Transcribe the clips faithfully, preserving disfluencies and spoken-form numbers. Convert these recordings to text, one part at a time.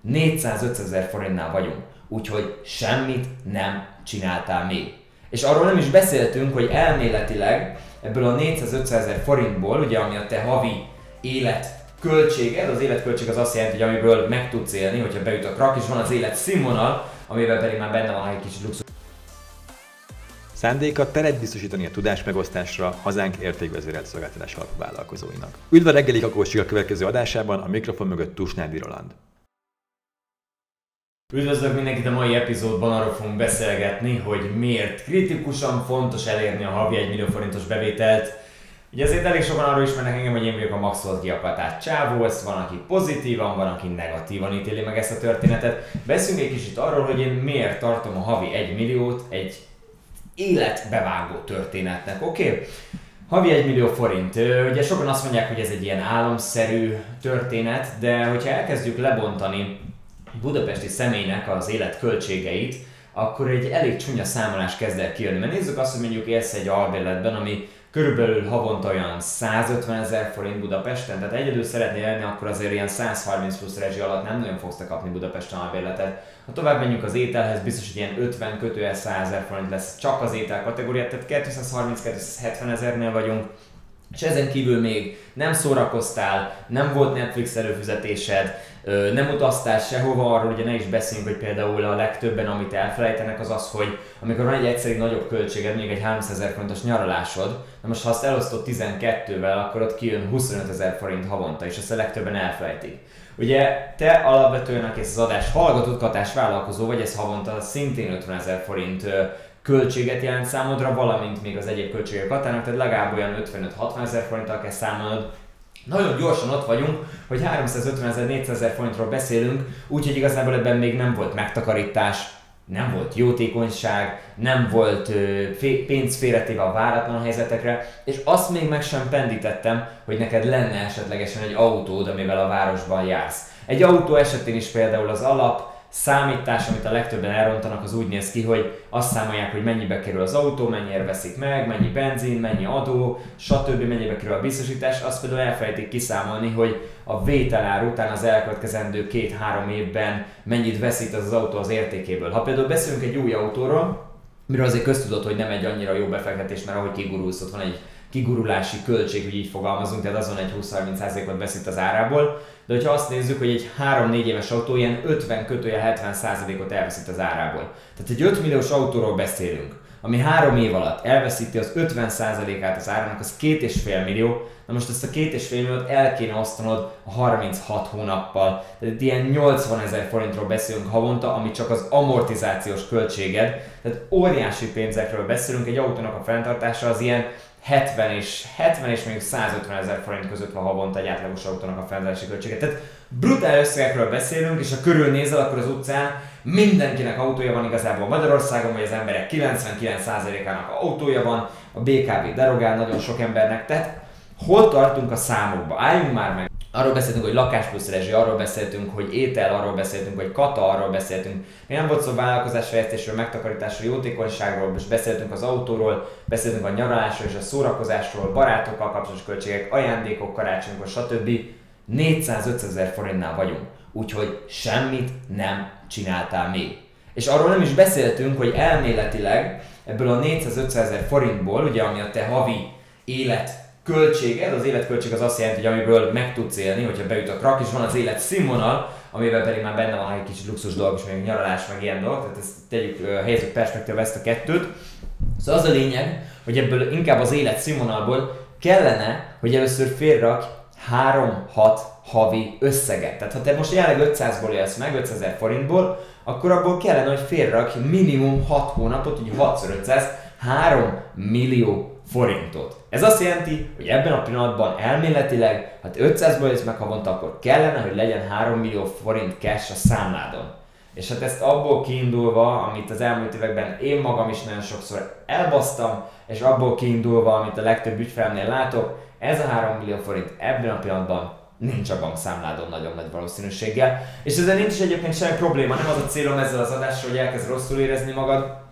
négyszáz-ötszázezer forintnál vagyunk, úgyhogy semmit nem csináltál még. És arról nem is beszéltünk, hogy elméletileg ebből a négyszáz-ötszázezer forintból, ugye ami a te havi életköltséged, az életköltség az azt jelenti, hogy amiből meg tudsz élni, hogyha beüt a krak, és van az élet színvonal, amiben pedig már benne van egy kicsit luxus. Szándéka teret biztosítani a tudásmegosztásra hazánk értékvezérelt szolgáltatás alapú vállalkozóinak. Üdv a reggeli kakaóscsika a következő adásában, a mikrofon mögött Tusnádi Roland. Üdvözlök mindenkit, a mai epizódban arról fogunk beszélgetni, hogy miért kritikusan fontos elérni a havi egy millió forintos bevételt. Ugye azért elég sokan arról ismernek engem, hogy én vagyok a maxolt kiakatált csávó, ezt van, aki pozitívan, van, aki negatívan ítéli meg ezt a történetet. Beszéljünk egy kicsit arról, hogy én miért tartom a havi egy milliót egy életbevágó történetnek, oké? Okay? Havi egy millió forint. Ugye sokan azt mondják, hogy ez egy ilyen álomszerű történet, de hogyha elkezdjük lebontani budapesti személynek az életköltségeit, akkor egy elég csúnya számolás kezd el kijönni. Mert nézzük azt, hogy mondjuk élsz egy albérletben, ami körülbelül havonta olyan százötvenezer forint Budapesten, tehát egyedül szeretnél élni, akkor azért ilyen száz harminc plusz rezsi alatt nem nagyon fogsz te kapni Budapesten albérletet. Ha tovább menjünk az ételhez, biztos, hogy ilyen ötven kötőjel százezer forint lesz csak az étel kategóriát, tehát kétszázharminc-kétszázhetven ezernél vagyunk. És ezen kívül még nem szórakoztál, nem volt Netflix előfizetésed, nem utaztál sehova, arról ugye ne is beszéljünk, hogy például a legtöbben, amit elfelejtenek, az az, hogy amikor van egy egyszerű nagyobb költséged, még egy háromszázezer forintos nyaralásod, na most ha azt elosztod tizenkettővel, akkor ott kijön huszonötezer forint havonta, és ezt a legtöbben elfelejtik. Ugye te alapvetően, aki ezt az adást hallgatott, katás vállalkozó vagy, ez havonta szintén ötvenezer forint költséget jelent számodra, valamint még az egyéb költségek hatának, tehát legalább olyan ötvenöt-hatvan ezer forinttal kell számolnod. Nagyon gyorsan ott vagyunk, hogy háromszázötvenezer-négyszázezer forintról beszélünk, úgyhogy igazából ebben még nem volt megtakarítás, nem volt jótékonyság, nem volt ö, pénz félretéve a váratlan helyzetekre, és azt még meg sem pendítettem, hogy neked lenne esetlegesen egy autód, amivel a városban jársz. Egy autó esetén is például az alap számítás, amit a legtöbben elrontanak, az úgy néz ki, hogy azt számolják, hogy mennyibe kerül az autó, mennyire veszik meg, mennyi benzin, mennyi adó, stb. Mennyibe kerül a biztosítás, azt például elfelejtik kiszámolni, hogy a vételár után az elkövetkezendő két-három évben mennyit veszít az az autó az értékéből. Ha például beszélünk egy új autóról, miről azért köztudott, hogy nem egy annyira jó befektetés, mert ahogy kigurulsz, ott van egy kigurulási költség, hogy így fogalmazunk, tehát azon egy húsz-harminc százalékot veszít az árából. De hogyha azt nézzük, hogy egy három-négy éves autó ilyen ötven kötője hetven százalékot elveszít az árából. Tehát egy öt milliós autóról beszélünk, ami három év alatt elveszíti az ötven százalékát az árának, az két és fél millió. Na most ezt a két és fél milliót el kéne osztanod a harminchat hónappal. Tehát ilyen nyolcvanezer forintról beszélünk havonta, ami csak az amortizációs költséged. Tehát óriási pénzekről beszélünk, egy autónak a fenntartása az ilyen hetven és mondjuk százötven ezer forint között van havonta egy átlagos autónak a fenntartási költsége. Tehát brutál összegekről beszélünk, és ha körülnézel, akkor az utcán mindenkinek autója van igazából Magyarországon, vagy az emberek kilencvenkilenc százalékának autója van, a bé ká vé derogál nagyon sok embernek, tehát hol tartunk a számokba? Álljunk már meg! Arról beszéltünk, hogy lakás plusz rezsi, arról beszéltünk, hogy étel, arról beszéltünk, hogy kata, arról beszéltünk. Még nem volt szó vállalkozásfejlesztésről, megtakarításról, jótékonyságról, és beszéltünk az autóról, beszéltünk a nyaralásról és a szórakozásról, barátokkal kapcsolatos költségek, ajándékok, karácsonykor, stb. négyszáz-ötszázezer forintnál vagyunk, úgyhogy semmit nem csináltál még. És arról nem is beszéltünk, hogy elméletileg ebből a négyszáz-ötszázezer forintból, ugye ami a te havi élet költséged, az életköltség az azt jelenti, hogy amiből meg tudsz élni, hogyha beüt a krak, és van az élet színvonal, amiben pedig már benne van egy kicsit luxus dolog, és még nyaralás, meg ilyen dolog, tehát ezt tegyük, helyezzük perspektívába ezt a kettőt. Szóval az a lényeg, hogy ebből inkább az élet színvonalból kellene, hogy először félrak három-hat havi összeget. Tehát ha te most jelenleg ötszázból élsz meg, ötszázezer forintból, akkor abból kellene, hogy félrak minimum hat hónapot, így hatszor ötszáz, három millió forintot. Ez azt jelenti, hogy ebben a pillanatban elméletileg, ha te ötszázból jössz meg havonta, akkor kellene, hogy legyen három millió forint cash a számládon. És hát ezt abból kiindulva, amit az elmúlt években én magam is nagyon sokszor elbasztam, és abból kiindulva, amit a legtöbb ügyfelemnél látok, ez a három millió forint ebben a pillanatban nincs a bankszámládon nagyon nagy valószínűséggel. És ezzel nincs is egyébként semmi probléma, nem az a célom ezzel az adással, hogy elkezd rosszul érezni magad,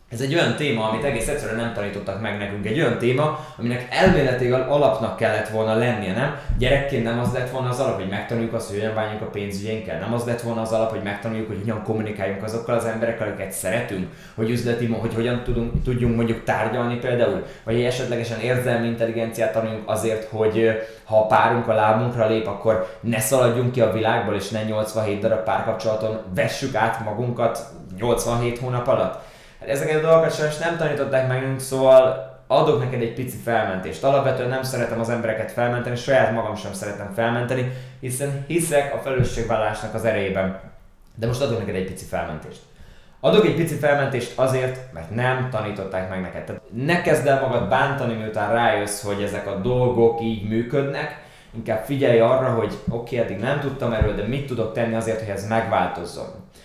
Ez egy olyan téma, amit egész egyszerűen nem tanítottak meg nekünk. Egy olyan téma, aminek elméletileg alapnak kellett volna lennie, nem? Gyerekként nem az lett volna az alap, hogy megtanuljuk azt, hogy hogyan bánjunk a pénzügyeinkkel. Nem az lett volna az alap, hogy megtanuljuk, hogy hogyan kommunikáljunk azokkal az emberekkel, akiket szeretünk, hogy üzleti, hogy hogyan tudunk, tudjunk mondjuk tárgyalni például, vagy esetlegesen érzelmi intelligenciát tanuljunk azért, hogy ha a párunk a lábunkra lép, akkor ne szaladjunk ki a világból, és ne nyolcvanhét darab párkapcsolaton vessük át magunkat nyolcvanhét hónap alatt. Hát ezeket a dolgokat sajnos nem tanították meg nekünk, szóval adok neked egy pici felmentést. Alapvetően nem szeretem az embereket felmenteni, saját magam sem szeretem felmenteni, hiszen hiszek a felelősségvállalásnak az erejében. De most adok neked egy pici felmentést. Adok egy pici felmentést azért, mert nem tanították meg neked. Tehát ne kezd el magad bántani, miután rájössz, hogy ezek a dolgok így működnek. Inkább figyelj arra, hogy oké, okay, eddig nem tudtam erről, de mit tudok tenni azért, hogy ez megváltozzon.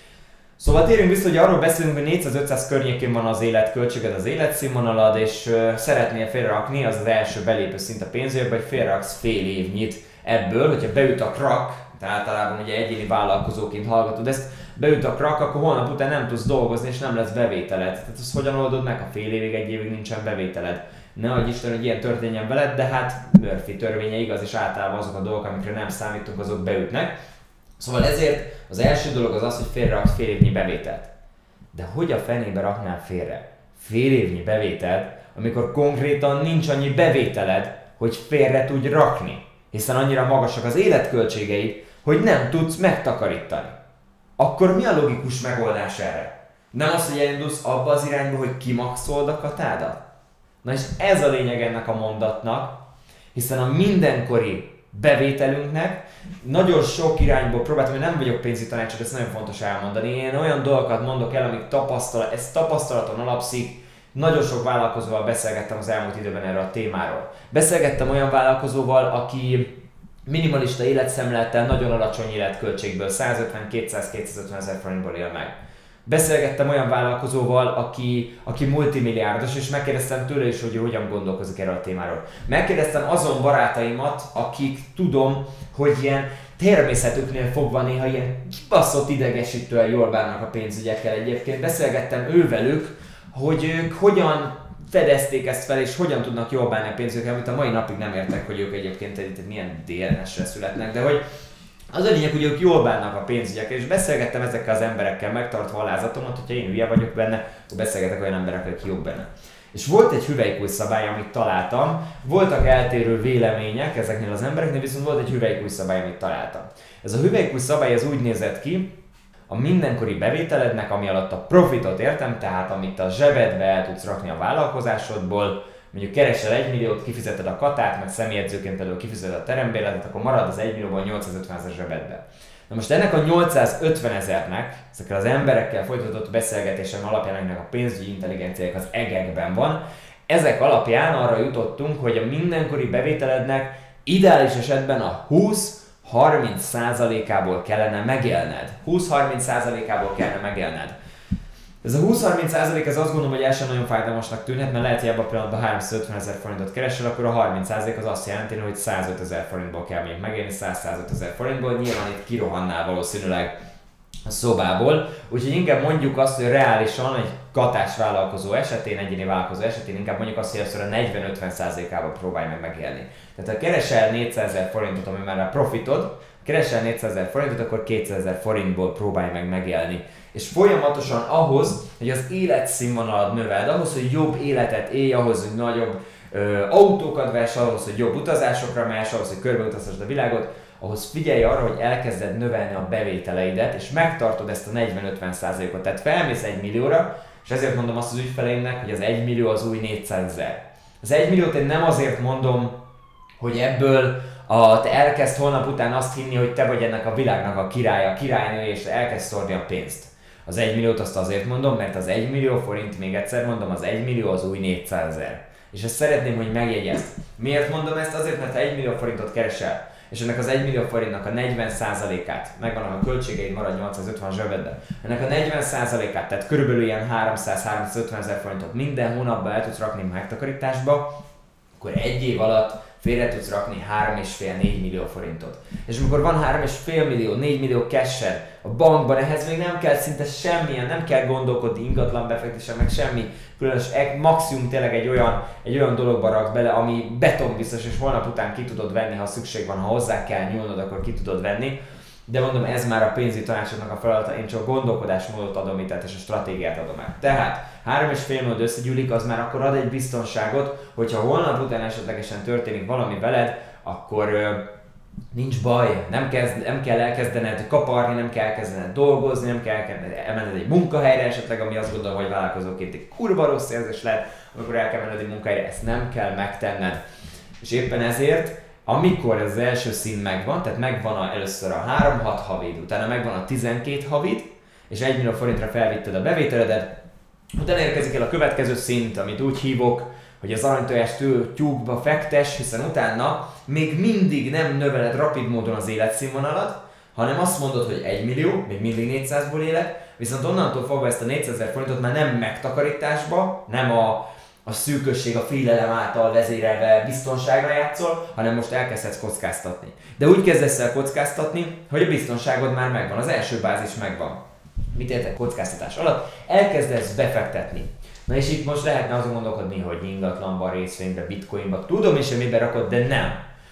Szóval térjünk vissza, hogy arról beszélünk, hogy négyszáz-ötszáz környékén van az életköltséged, az életszínvonalad, és uh, szeretnél félrerakni, az az első belépő szint a pénzügyekbe, hogy félreraksz fél évnyit ebből, hogyha beüt a krak, tehát általában ugye egyéni vállalkozóként hallgatod ezt, beüt a krak, akkor holnap után nem tudsz dolgozni, és nem lesz bevételed. Tehát azt hogyan oldod meg, ha fél évig, egy évig nincsen bevételed? Nehogy Isten, hogy ilyen történjen veled, de hát Murphy törvénye igaz, és általában azok a dolgok, amikre nem számítunk, azok beütnek. Szóval ezért az első dolog az az, hogy félreraksz fél évnyi bevételt. De hogy a fenébe raknál félre fél évnyi bevételt, amikor konkrétan nincs annyi bevételed, hogy félre tudj rakni, hiszen annyira magasak az életköltségeid, hogy nem tudsz megtakarítani. Akkor mi a logikus megoldás erre? Nem az, hogy elindulsz abba az irányba, hogy kimaxold a katádat? Na és ez a lényeg ennek a mondatnak, hiszen a mindenkori bevételünknek nagyon sok irányból próbáltam, hogy nem vagyok pénzügyi tanácsadó, ezt nagyon fontos elmondani. Én olyan dolgokat mondok el, amik tapasztalat, ez tapasztalaton alapszik. Nagyon sok vállalkozóval beszélgettem az elmúlt időben erről a témáról. Beszélgettem olyan vállalkozóval, aki minimalista életszemlélettel, nagyon alacsony életköltségből, százötven-kétszáz-kétszázötven ezer forintból él meg. Beszélgettem olyan vállalkozóval, aki, aki multimilliárdos, és megkérdeztem tőle is, hogy hogyan gondolkozik erről a témáról. Megkérdeztem azon barátaimat, akik tudom, hogy ilyen természetüknél fogva néha ilyen kibaszott idegesítően jól bánnak a pénzügyekkel egyébként. Beszélgettem ővelük, hogy ők hogyan fedezték ezt fel, és hogyan tudnak jól bánni a pénzügyekkel, amit a mai napig nem értek, hogy ők egyébként milyen dé en es-re születnek, de hogy az a lényeg, hogy ők jól bánnak a pénzügyekkel, és beszélgettem ezekkel az emberekkel, megtartva alázatomat, hogyha én hülye vagyok benne, akkor beszélgetek olyan emberekkel, akik jók benne. És volt egy hüvelykúj szabály, amit találtam, voltak eltérő vélemények ezeknél az embereknél, viszont volt egy hüvelykúj szabály, amit találtam. Ez a hüvelykúj szabály az úgy nézett ki, a mindenkori bevételednek, ami alatt a profitot értem, tehát amit a zsebedbe el tudsz rakni a vállalkozásodból, mondjuk keresel egy milliót, kifizeted a katát, meg személyedzőként például kifizeted a terembérletet, akkor marad az egy millióból nyolcszázötven ezer zsebedbe. Na most ennek a nyolcszázötven ezernek, ezekkel az emberekkel folytatott beszélgetésem alapján, ennek a pénzügyi intelligenciák az egekben van, ezek alapján arra jutottunk, hogy a mindenkori bevételednek ideális esetben a húsz-harminc százalékából kellene megélned. húsz-harminc százalékából kellene megélned. Ez a húsz-harminc százalék, ez azt gondolom, hogy el sem nagyon fájdalmasnak tűnhet, mert lehet, hogy ebben a pillanatban háromszázötven ezer forintot keresel, akkor a harminc százalék az azt jelenti, hogy százöt ezer forintból kell még megélni, száz-százöt ezer forintból, nyilván itt kirohannál valószínűleg a szobából, úgyhogy inkább mondjuk azt, hogy reálisan egy katás vállalkozó esetén, egyéni vállalkozó esetén inkább mondjuk azt, hogy először a negyven-ötven százalékával próbálj meg megélni. Tehát ha keresel négyszázezer forintot, ami már a profitod, keresel négyszázezer forintot, akkor kétszázezer forintból próbálj meg megélni. És folyamatosan ahhoz, hogy az életszínvonalad növeld, ahhoz, hogy jobb életet élj, ahhoz, hogy nagyobb ö, autókat vess, ahhoz, hogy jobb utazásokra mess, ahhoz, hogy körbeutazhassd a világot, ahhoz figyelj arra, hogy elkezded növelni a bevételeidet, és megtartod ezt a negyven-ötven százalékot. Tehát felmész egy millióra, és ezért mondom azt az ügyfeleimnek, hogy az egy millió az új négyszázezer. Az egy milliót én nem azért mondom, hogy ebből a, te elkezd holnap után azt hinni, hogy te vagy ennek a világnak a királya, a királynő, és elkezd szórni a pénzt. Az egy milliót azt azért mondom, mert az egy millió forint, még egyszer mondom, az egy millió az új négyszázezer. És ezt szeretném, hogy megjegyezd. Miért mondom ezt? Azért, mert ha egy millió forintot keresel, és ennek az egy millió forintnak a negyven százalékát, megvannak a költségeid, marad nyolcszázötven zsebedben, ennek a negyven százalékát, tehát körülbelül ilyen háromszáz-háromszázötven ezer forintot minden hónapban el tudsz rakni megtakarításba, akkor egy év alatt félre tudsz rakni három egész öt négy millió forintot. És amikor van három egész öt millió, négy millió cash a bankban, ehhez még nem kell szinte semmilyen, nem kell gondolkodni ingatlan befektetésen, meg semmi különös, maximum tényleg egy olyan, egy olyan dologba raksz bele, ami betonbiztos, és holnap után ki tudod venni, ha szükség van, ha hozzá kell nyúlnod, akkor ki tudod venni. De mondom, ez már a pénzügyi tanácsoknak a feladata, én csak gondolkodásmódot adom itt, és a stratégiát adom át. Tehát három egész öt millió összegyűlik, az már akkor ad egy biztonságot, hogyha holnap után esetlegesen történik valami veled, akkor ö, nincs baj, nem, kezd, nem kell elkezdened kaparni, nem kell elkezdened dolgozni, nem kell elmenned egy munkahelyre esetleg, ami azt gondolom, hogy vállalkozóként egy kurva rossz érzés lehet, amikor el kell menned egy munkahelyre, ezt nem kell megtenned. És éppen ezért, amikor ez az első szín megvan, tehát megvan a, először a három-hat havid, utána megvan a tizenkét havid, és egy millió forintra felvitted a bevételedet, utána érkezik el a következő szint, amit úgy hívok, hogy az aranytojást tyúkba fektes, hiszen utána még mindig nem növeled rapid módon az életszínvonalat, hanem azt mondod, hogy egy millió, még mindig négyszázból élek, viszont onnantól fogva ezt a négyszázezer forintot már nem megtakarításba, nem a, a szűkösség, a félelem által vezérelve biztonságra játszol, hanem most elkezdhetsz kockáztatni. De úgy kezdesz el kockáztatni, hogy a biztonságod már megvan, az első bázis megvan. Mit értek kockáztatás alatt? Elkezdesz befektetni. Na és itt most lehetne azon gondolkodni, hogy ingatlanban, részvényben, bitcoinban, tudom is, hogy miben rakod, de nem.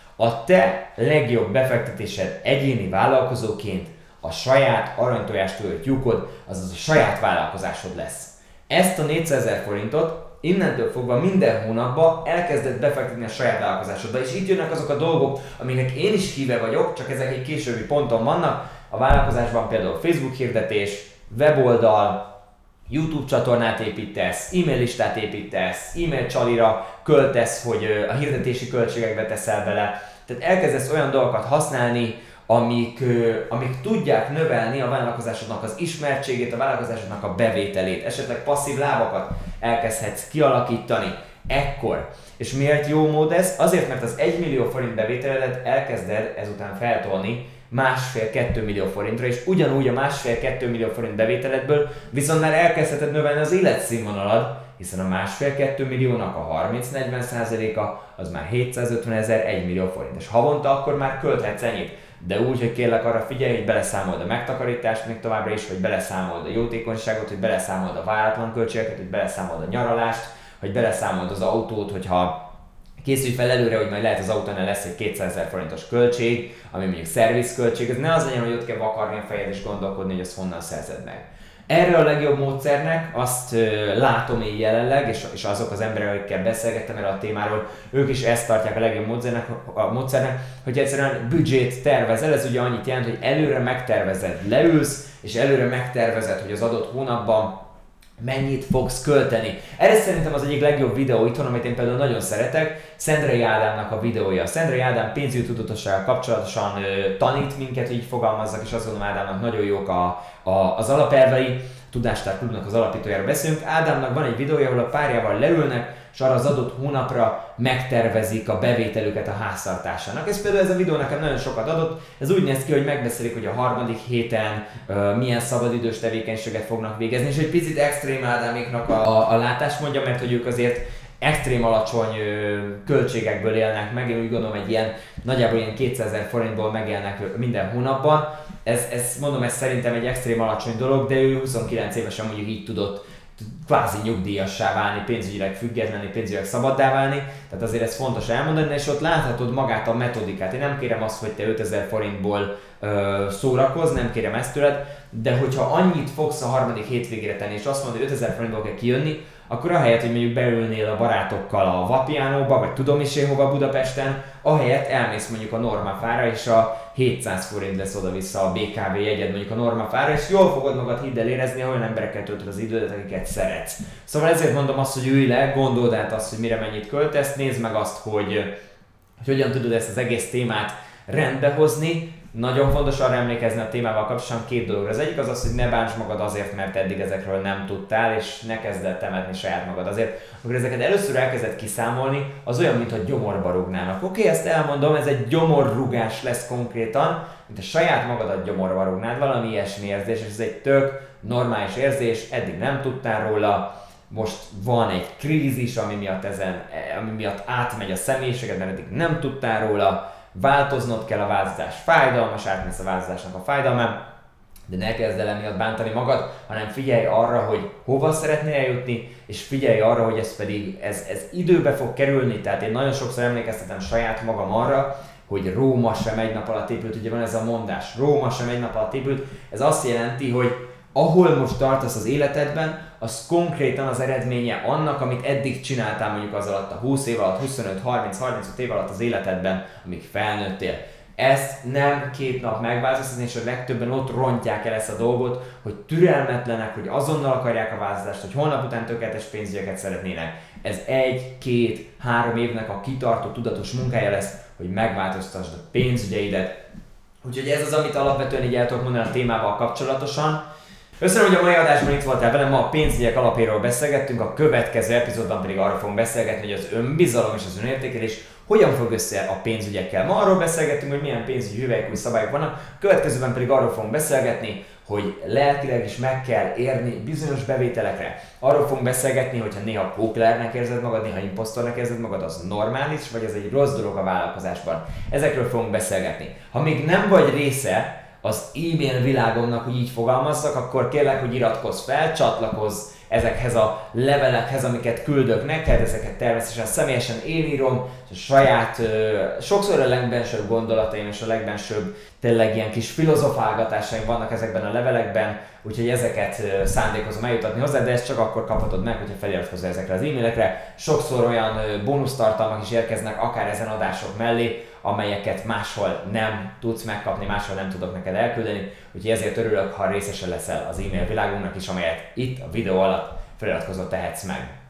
A te legjobb befektetésed egyéni vállalkozóként a saját aranytojástól tyúkod, azaz a saját vállalkozásod lesz. Ezt a négyszázezer forintot innentől fogva minden hónapban elkezded befektetni a saját vállalkozásodba, és itt jönnek azok a dolgok, aminek én is híve vagyok, csak ezek egy későbbi ponton vannak. A vállalkozásban például Facebook hirdetés, weboldal, YouTube csatornát építesz, e-mail listát építesz, e-mail csalira költesz, hogy a hirdetési költségekbe teszel bele. Tehát elkezdesz olyan dolgokat használni, amik, amik tudják növelni a vállalkozásodnak az ismertségét, a vállalkozásodnak a bevételét, esetleg passzív lábakat elkezdhetsz kialakítani ekkor. És miért jó mód ez? Azért, mert az egy millió forint bevételedet elkezded ezután feltolni másfél-kettő millió forintra, és ugyanúgy a másfél-kettő millió forint bevételedből viszont már elkezdheted növelni az életszínvonalad, hiszen a másfél-kettő milliónak a harminc-negyven százaléka az már hétszázötvenezer, egy millió forint, és havonta akkor már költhetsz ennyit. De úgy, hogy kérlek arra figyelj, hogy beleszámold a megtakarítást még továbbra is, hogy beleszámold a jótékonyságot, hogy beleszámold a váratlan költségeket, hogy beleszámold a nyaralást, hogy beleszámold az autót, hogyha készülj fel előre, hogy majd lehet az autónál lesz egy kétszázezer forintos költség, ami mondjuk szervizköltség, ez ne az legyen, hogy ott kell vakarni a fejed és gondolkodni, hogy azt honnan szerzed meg. Erre a legjobb módszernek azt ö, látom én jelenleg, és, és azok az emberek, akikkel beszélgettem erről a témáról, ők is ezt tartják a legjobb módszernek, a módszernek, hogy egyszerűen büdzsét tervezel, ez ugye annyit jelent, hogy előre megtervezed, leülsz, és előre megtervezed, hogy az adott hónapban mennyit fogsz költeni. Erre szerintem az egyik legjobb videó itthon, amit én például nagyon szeretek, Szendrei Ádámnak a videója. Szendrei Ádám pénzügyi tudatossággal kapcsolatosan ö, tanít minket, így fogalmazzak, és azt gondolom Ádámnak nagyon jók a, a, az alapelvei. Tudástár Klubnak az alapítójára beszélünk. Ádámnak van egy videója, ahol a párjával leülnek, és arra az adott hónapra megtervezik a bevételüket a háztartásának. Ez például ez a videó nekem nagyon sokat adott. Ez úgy néz ki, hogy megbeszélik, hogy a harmadik héten uh, milyen szabadidős tevékenységet fognak végezni, és egy picit extrém Ádáméknak a, a, a látásmódja, mert hogy ők azért extrém alacsony ö, költségekből élnek meg, én úgy gondolom egy ilyen, nagyjából ilyen kétszázezer forintból megélnek minden hónapban. Ez, ez, mondom, ez szerintem egy extrém alacsony dolog, de ő huszonkilenc évesen mondjuk így tudott kvázi nyugdíjassá válni, pénzügyileg függetlenni, pénzügyileg szabaddá válni, tehát azért ez fontos elmondani, és ott láthatod magát a metodikát. Én nem kérem azt, hogy te ötezer forintból ö, szórakozz, nem kérem ezt tőled, de hogyha annyit fogsz a harmadik hétvégére tenni, és azt mondod, hogy ötezer forintból kell kijönni, akkor ahelyett, hogy mondjuk beülnél a barátokkal a Vapiánóba, vagy tudom is én hova Budapesten, ahelyett elmész mondjuk a Normafára, és a hétszáz forint lesz oda-vissza a bé ká vé jegyed mondjuk a Normafára, és jól fogod magad hidd el érezni, ha olyan emberekkel töltöd az idődet, akiket szeretsz. Szóval ezért mondom azt, hogy ülj le, gondold át azt, hogy mire mennyit költesz, nézd meg azt, hogy, hogy hogyan tudod ezt az egész témát rendbe hozni. Nagyon fontos arra emlékezni a témával kapcsolatban két dologra. Az egyik az az, hogy ne bánts magad azért, mert eddig ezekről nem tudtál, és ne kezd el temetni saját magad azért. Amikor ezeket először elkezded kiszámolni, az olyan, mintha gyomorba rúgnának. Oké, okay, ezt elmondom, ez egy gyomorrugás lesz konkrétan, mint a saját magadat gyomorba rúgnád, valami ilyesmi érzés, és ez egy tök normális érzés, eddig nem tudtál róla, most van egy krízis, ami miatt, ezen, ami miatt átmegy a személyiséged, mert eddig nem tudtál róla, változnod kell, a változás fájdalmas, átmész a változásnak a fájdalmán, de ne kezd el emiatt bántani magad, hanem figyelj arra, hogy hova szeretnél eljutni, és figyelj arra, hogy ez pedig ez, ez időbe fog kerülni, tehát én nagyon sokszor emlékeztetem saját magam arra, hogy Róma sem egy nap alatt épült, ugye van ez a mondás, Róma sem egy nap alatt épült, ez azt jelenti, hogy ahol most tartasz az életedben, az konkrétan az eredménye annak, amit eddig csináltál mondjuk az alatt a húsz év alatt, huszonöt, harminc, harmincöt év alatt az életedben, amíg felnőttél. Ezt nem két nap megváltoztatni, és a legtöbben ott rontják el ezt a dolgot, hogy türelmetlenek, hogy azonnal akarják a változást, hogy holnap után tökéletes pénzügyeket szeretnének. Ez egy, két, három évnek a kitartó, tudatos munkája lesz, hogy megváltoztasd a pénzügyeidet. Úgyhogy ez az, amit alapvetően így el tudok mondani a témával kapcsolatosan. Köszönöm, hogy a mai adásban itt voltál velem, ma a pénzügyek alapjáról beszélgettünk, a következő epizódban pedig arról fogunk beszélgetni, hogy az önbizalom és az önértékelés hogyan fog össze a pénzügyekkel. Ma arról beszélgettünk, hogy milyen pénzügyi hüvelykúj szabályok vannak, a következőben pedig arról fogunk beszélgetni, hogy lelkileg is meg kell érni bizonyos bevételekre. Arról fogunk beszélgetni, hogyha néha póklernek érzed magad, néha imposztornak érzed magad, az normális, vagy ez egy rossz dolog a vállalkozásban. Ezekről fogunk beszélgetni. Ha még nem vagy része az e-mail világomnak, hogy így fogalmazzak, akkor kérlek, hogy iratkozz fel, csatlakozz ezekhez a levelekhez, amiket küldök neked, ezeket természetesen személyesen én írom, és a saját, sokszor a legbensőbb gondolataim és a legbensőbb tényleg ilyen kis filozofálgatásaim vannak ezekben a levelekben, úgyhogy ezeket szándékozom eljutatni hozzá, de ezt csak akkor kaphatod meg, hogyha feliratkozol ezekre az e-mailekre. Sokszor olyan bónusztartalmak is érkeznek, akár ezen adások mellé, amelyeket máshol nem tudsz megkapni, máshol nem tudok neked elküldeni, úgyhogy ezért örülök, ha részese leszel az e-mail világunknak is, amelyet itt a videó alatt feliratkozol tehetsz meg.